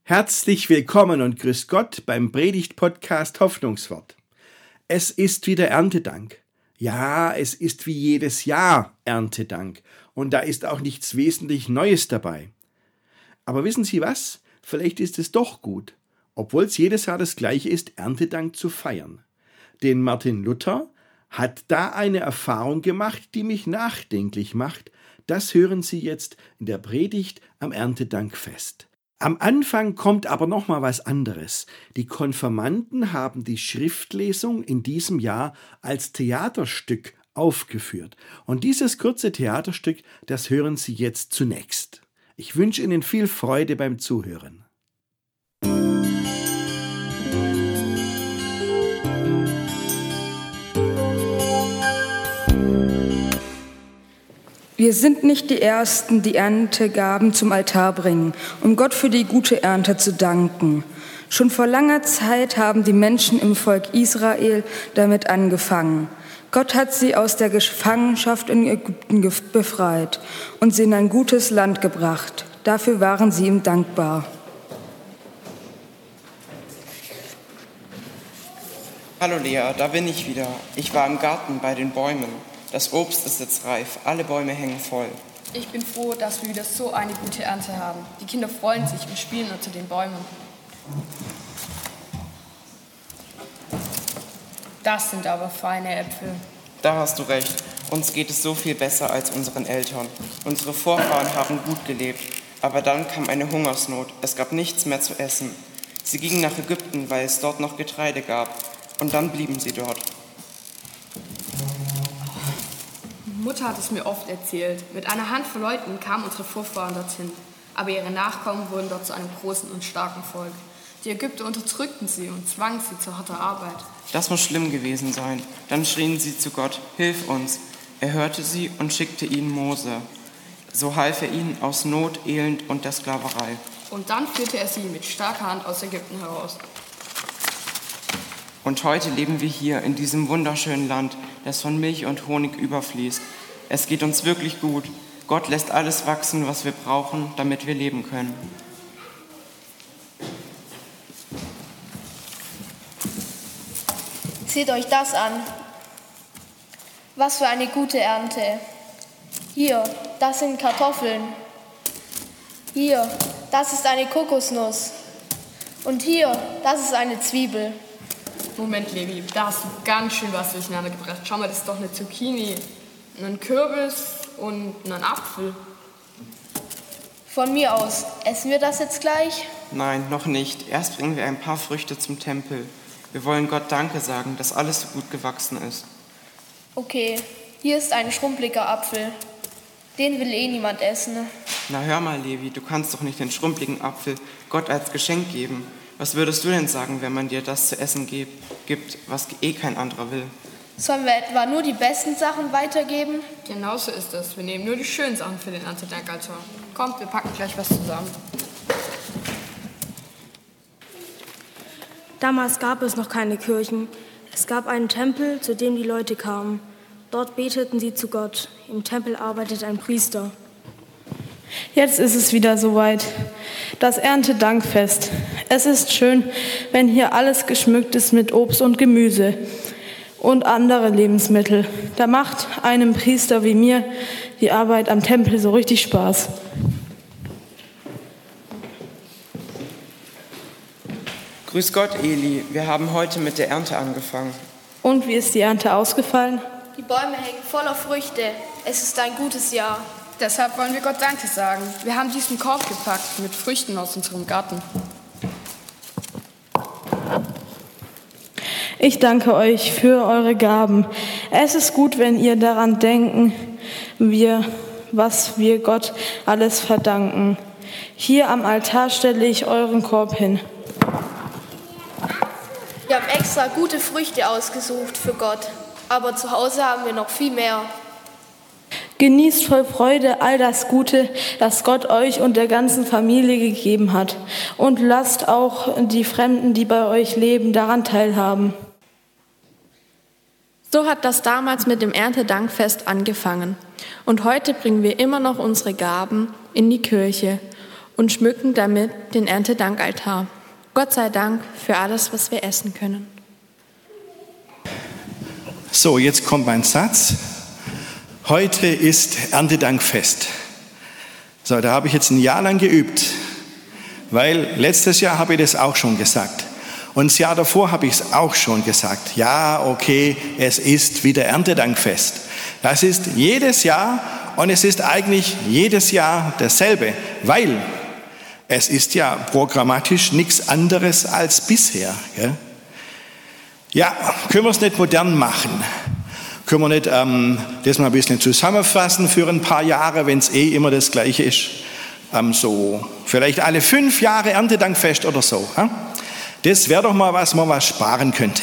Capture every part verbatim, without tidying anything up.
Herzlich willkommen und grüß Gott beim Predigt-Podcast Hoffnungswort. Es ist wieder Erntedank. Ja, es ist wie jedes Jahr Erntedank und da ist auch nichts wesentlich Neues dabei. Aber wissen Sie was? Vielleicht ist es doch gut, obwohl es jedes Jahr das Gleiche ist, Erntedank zu feiern. Denn Martin Luther hat da eine Erfahrung gemacht, die mich nachdenklich macht. Das hören Sie jetzt in der Predigt am Erntedankfest. Am Anfang kommt aber noch mal was anderes. Die Konfirmanden haben die Schriftlesung in diesem Jahr als Theaterstück aufgeführt. Und dieses kurze Theaterstück, das hören Sie jetzt zunächst. Ich wünsche Ihnen viel Freude beim Zuhören. Wir sind nicht die Ersten, die Erntegaben zum Altar bringen, um Gott für die gute Ernte zu danken. Schon vor langer Zeit haben die Menschen im Volk Israel damit angefangen. Gott hat sie aus der Gefangenschaft in Ägypten befreit und sie in ein gutes Land gebracht. Dafür waren sie ihm dankbar. Hallo Lea, da bin ich wieder. Ich war im Garten bei den Bäumen. Das Obst ist jetzt reif, alle Bäume hängen voll. Ich bin froh, dass wir wieder so eine gute Ernte haben. Die Kinder freuen sich und spielen unter den Bäumen. Das sind aber feine Äpfel. Da hast du recht. Uns geht es so viel besser als unseren Eltern. Unsere Vorfahren haben gut gelebt. Aber dann kam eine Hungersnot. Es gab nichts mehr zu essen. Sie gingen nach Ägypten, weil es dort noch Getreide gab. Und dann blieben sie dort. Mutter hat es mir oft erzählt. Mit einer Handvoll Leuten kamen unsere Vorfahren dorthin. Aber ihre Nachkommen wurden dort zu einem großen und starken Volk. Die Ägypter unterdrückten sie und zwangen sie zu harter Arbeit. Das muss schlimm gewesen sein. Dann schrien sie zu Gott, hilf uns. Er hörte sie und schickte ihnen Mose. So half er ihnen aus Not, Elend und der Sklaverei. Und dann führte er sie mit starker Hand aus Ägypten heraus. Und heute leben wir hier in diesem wunderschönen Land, das von Milch und Honig überfließt. Es geht uns wirklich gut. Gott lässt alles wachsen, was wir brauchen, damit wir leben können. Seht euch das an. Was für eine gute Ernte. Hier, das sind Kartoffeln. Hier, das ist eine Kokosnuss. Und hier, das ist eine Zwiebel. Moment, Levi, da hast du ganz schön was durcheinander gebracht. Schau mal, das ist doch eine Zucchini, ein Kürbis und ein Apfel. Von mir aus. Essen wir das jetzt gleich? Nein, noch nicht. Erst bringen wir ein paar Früchte zum Tempel. Wir wollen Gott Danke sagen, dass alles so gut gewachsen ist. Okay, hier ist ein schrumpeliger Apfel. Den will eh niemand essen. Na hör mal, Levi, du kannst doch nicht den schrumpeligen Apfel Gott als Geschenk geben. Was würdest du denn sagen, wenn man dir das zu essen gibt, was eh kein anderer will? Sollen wir etwa nur die besten Sachen weitergeben? Genau so ist es. Wir nehmen nur die schönen Sachen für den Erntedankaltar. Kommt, wir packen gleich was zusammen. Damals gab es noch keine Kirchen. Es gab einen Tempel, zu dem die Leute kamen. Dort beteten sie zu Gott. Im Tempel arbeitet ein Priester. Jetzt ist es wieder soweit. Das Erntedankfest. Es ist schön, wenn hier alles geschmückt ist mit Obst und Gemüse und andere Lebensmittel. Da macht einem Priester wie mir die Arbeit am Tempel so richtig Spaß. Grüß Gott, Eli. Wir haben heute mit der Ernte angefangen. Und wie ist die Ernte ausgefallen? Die Bäume hängen voller Früchte. Es ist ein gutes Jahr. Deshalb wollen wir Gott Danke sagen. Wir haben diesen Korb gepackt mit Früchten aus unserem Garten. Ich danke euch für eure Gaben. Es ist gut, wenn ihr daran denken, wir, was wir Gott alles verdanken. Hier am Altar stelle ich euren Korb hin. Wir haben extra gute Früchte ausgesucht für Gott. Aber zu Hause haben wir noch viel mehr. Genießt voll Freude all das Gute, das Gott euch und der ganzen Familie gegeben hat. Und lasst auch die Fremden, die bei euch leben, daran teilhaben. So hat das damals mit dem Erntedankfest angefangen. Und heute bringen wir immer noch unsere Gaben in die Kirche. und schmücken damit den Erntedankaltar. Gott sei Dank für alles, was wir essen können. So, jetzt kommt mein Satz. Heute ist Erntedankfest. So, da habe ich jetzt ein Jahr lang geübt, weil letztes Jahr habe ich das auch schon gesagt. Und das Jahr davor habe ich es auch schon gesagt. Ja, okay, es ist wieder Erntedankfest. Das ist jedes Jahr und es ist eigentlich jedes Jahr dasselbe, weil es ist ja programmatisch nichts anderes als bisher. Gell? Ja, können wir es nicht modern machen? Können wir nicht ähm, das mal ein bisschen zusammenfassen für ein paar Jahre, wenn es eh immer das Gleiche ist? Ähm, so vielleicht alle fünf Jahre Erntedankfest oder so. Hm? Das wäre doch mal was, man was sparen könnte.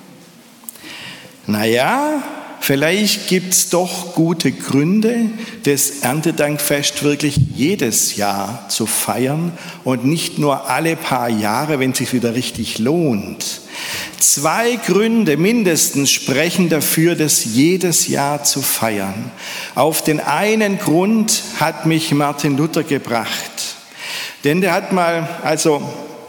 Naja, vielleicht gibt es doch gute Gründe, das Erntedankfest wirklich jedes Jahr zu feiern und nicht nur alle paar Jahre, wenn es sich wieder richtig lohnt. Zwei Gründe mindestens sprechen dafür, das jedes Jahr zu feiern. Auf den einen Grund hat mich Martin Luther gebracht. Denn der hat mal, also,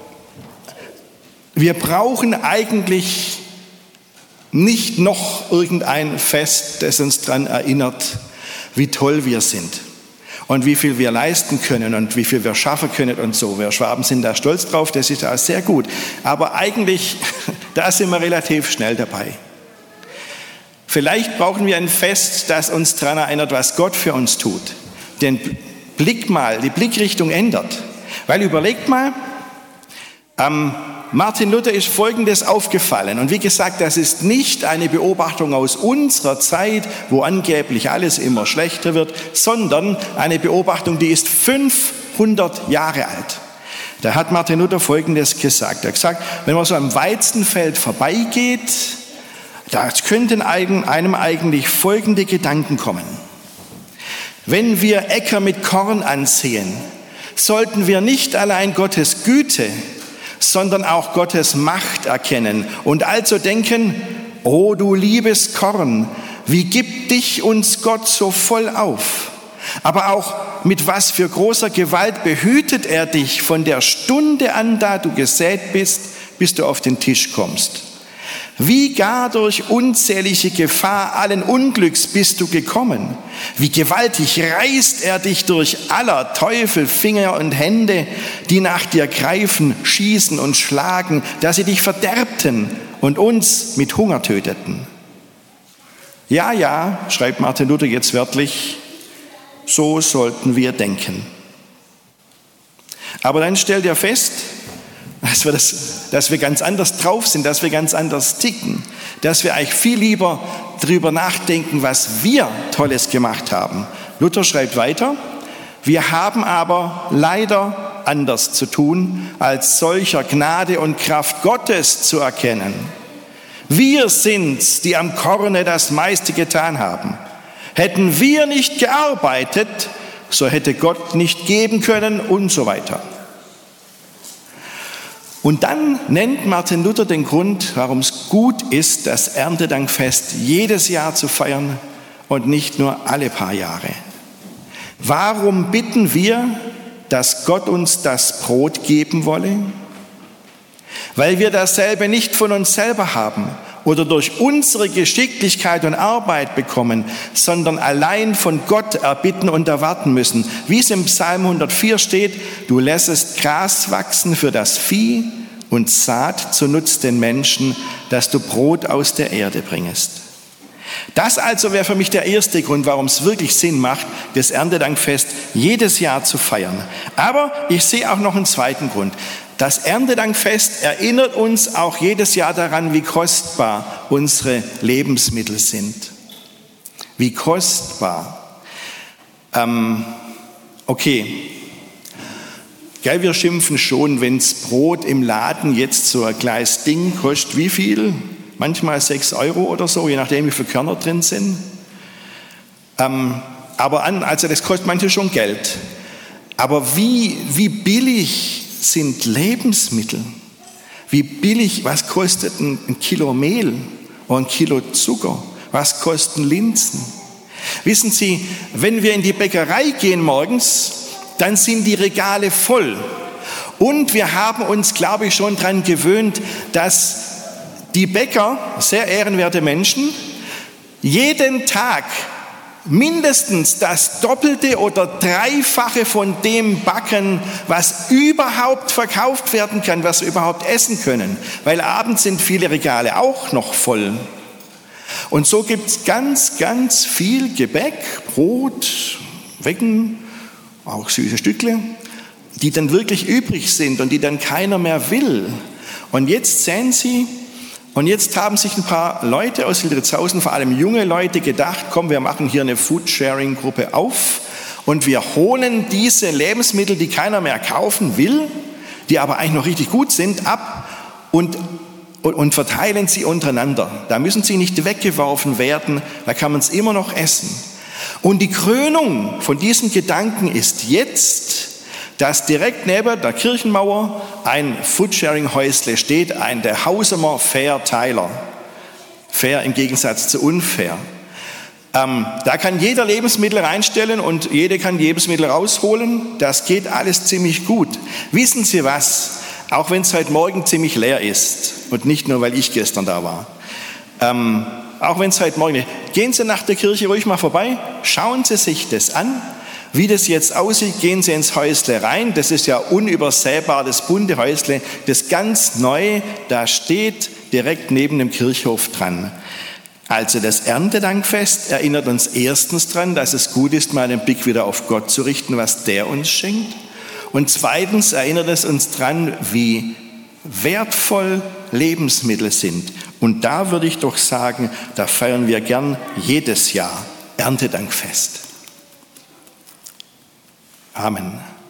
wir brauchen eigentlich nicht noch irgendein Fest, das uns daran erinnert, wie toll wir sind und wie viel wir leisten können und wie viel wir schaffen können und so. Wir Schwaben sind da stolz drauf, das ist auch sehr gut. Aber eigentlich, da sind wir relativ schnell dabei. Vielleicht brauchen wir ein Fest, das uns daran erinnert, was Gott für uns tut. Den Blick mal, die Blickrichtung ändert. Weil überlegt mal, am Martin Luther ist Folgendes aufgefallen. Und wie gesagt, das ist nicht eine Beobachtung aus unserer Zeit, wo angeblich alles immer schlechter wird, sondern eine Beobachtung, die ist fünfhundert Jahre alt. Da hat Martin Luther Folgendes gesagt. Er hat gesagt, wenn man so am Weizenfeld vorbeigeht, da könnten einem eigentlich folgende Gedanken kommen. Wenn wir Äcker mit Korn ansehen, sollten wir nicht allein Gottes Güte, sondern auch Gottes Macht erkennen und also denken, oh du liebes Korn, wie gibt dich uns Gott so voll auf? Aber auch mit was für großer Gewalt behütet er dich von der Stunde an, da du gesät bist, bis du auf den Tisch kommst. Wie gar durch unzählige Gefahr allen Unglücks bist du gekommen. Wie gewaltig reißt er dich durch aller Teufel Finger und Hände, die nach dir greifen, schießen und schlagen, dass sie dich verderbten und uns mit Hunger töteten. Ja, ja, schreibt Martin Luther jetzt wörtlich, so sollten wir denken. Aber dann stellt er fest, dass wir, das, dass wir ganz anders drauf sind, dass wir ganz anders ticken, dass wir eigentlich viel lieber darüber nachdenken, was wir Tolles gemacht haben. Luther schreibt weiter, wir haben aber leider anders zu tun, als solcher Gnade und Kraft Gottes zu erkennen. Wir sind's, die am Korne das meiste getan haben. Hätten wir nicht gearbeitet, so hätte Gott nicht geben können und so weiter. Und dann nennt Martin Luther den Grund, warum es gut ist, das Erntedankfest jedes Jahr zu feiern und nicht nur alle paar Jahre. Warum bitten wir, dass Gott uns das Brot geben wolle? Weil wir dasselbe nicht von uns selber haben oder durch unsere Geschicklichkeit und Arbeit bekommen, sondern allein von Gott erbitten und erwarten müssen. Wie es im Psalm hundertvier steht, du lässest Gras wachsen für das Vieh und Saat zu Nutz den Menschen, dass du Brot aus der Erde bringest. Das also wäre für mich der erste Grund, warum es wirklich Sinn macht, das Erntedankfest jedes Jahr zu feiern. Aber ich sehe auch noch einen zweiten Grund. Das Erntedankfest erinnert uns auch jedes Jahr daran, wie kostbar unsere Lebensmittel sind. Wie kostbar. Ähm, okay. Gell, wir schimpfen schon, wenn das Brot im Laden jetzt so ein kleines Ding kostet, wie viel? Manchmal sechs Euro oder so, je nachdem, wie viele Körner drin sind. Ähm, aber an, also das kostet manche schon Geld. Aber wie, wie billig sind Lebensmittel? Wie billig, was kostet ein, ein Kilo Mehl oder ein Kilo Zucker? Was kosten Linsen? Wissen Sie, wenn wir in die Bäckerei gehen morgens, dann sind die Regale voll. Und wir haben uns, glaube ich, schon daran gewöhnt, dass die Bäcker, sehr ehrenwerte Menschen, jeden Tag mindestens das Doppelte oder Dreifache von dem backen, was überhaupt verkauft werden kann, was wir überhaupt essen können. Weil abends sind viele Regale auch noch voll. Und so gibt es ganz, ganz viel Gebäck, Brot, Wecken, auch süße Stückle, die dann wirklich übrig sind und die dann keiner mehr will. Und jetzt sehen Sie, und jetzt haben sich ein paar Leute aus Hildritzhausen, vor allem junge Leute, gedacht, komm, wir machen hier eine Foodsharing-Gruppe auf und wir holen diese Lebensmittel, die keiner mehr kaufen will, die aber eigentlich noch richtig gut sind, ab und, und, und verteilen sie untereinander. Da müssen sie nicht weggeworfen werden, da kann man es immer noch essen. Und die Krönung von diesem Gedanken ist jetzt, dass direkt neben der Kirchenmauer ein Foodsharing-Häusle steht, ein der Hausemer Fair-Teiler. Fair im Gegensatz zu unfair. Ähm, da kann jeder Lebensmittel reinstellen und jeder kann Lebensmittel rausholen. Das geht alles ziemlich gut. Wissen Sie was? Auch wenn es heute Morgen ziemlich leer ist und nicht nur, weil ich gestern da war. Ähm, auch wenn es heute Morgen ist. Gehen Sie nach der Kirche ruhig mal vorbei, schauen Sie sich das an. Wie das jetzt aussieht, gehen Sie ins Häusle rein. Das ist ja unübersehbar, das bunte Häusle, das ganz neu, da steht direkt neben dem Kirchhof dran. Also das Erntedankfest erinnert uns erstens daran, dass es gut ist, mal den Blick wieder auf Gott zu richten, was der uns schenkt. Und zweitens erinnert es uns daran, wie wertvoll Lebensmittel sind. Und da würde ich doch sagen, da feiern wir gern jedes Jahr Erntedankfest. Amen.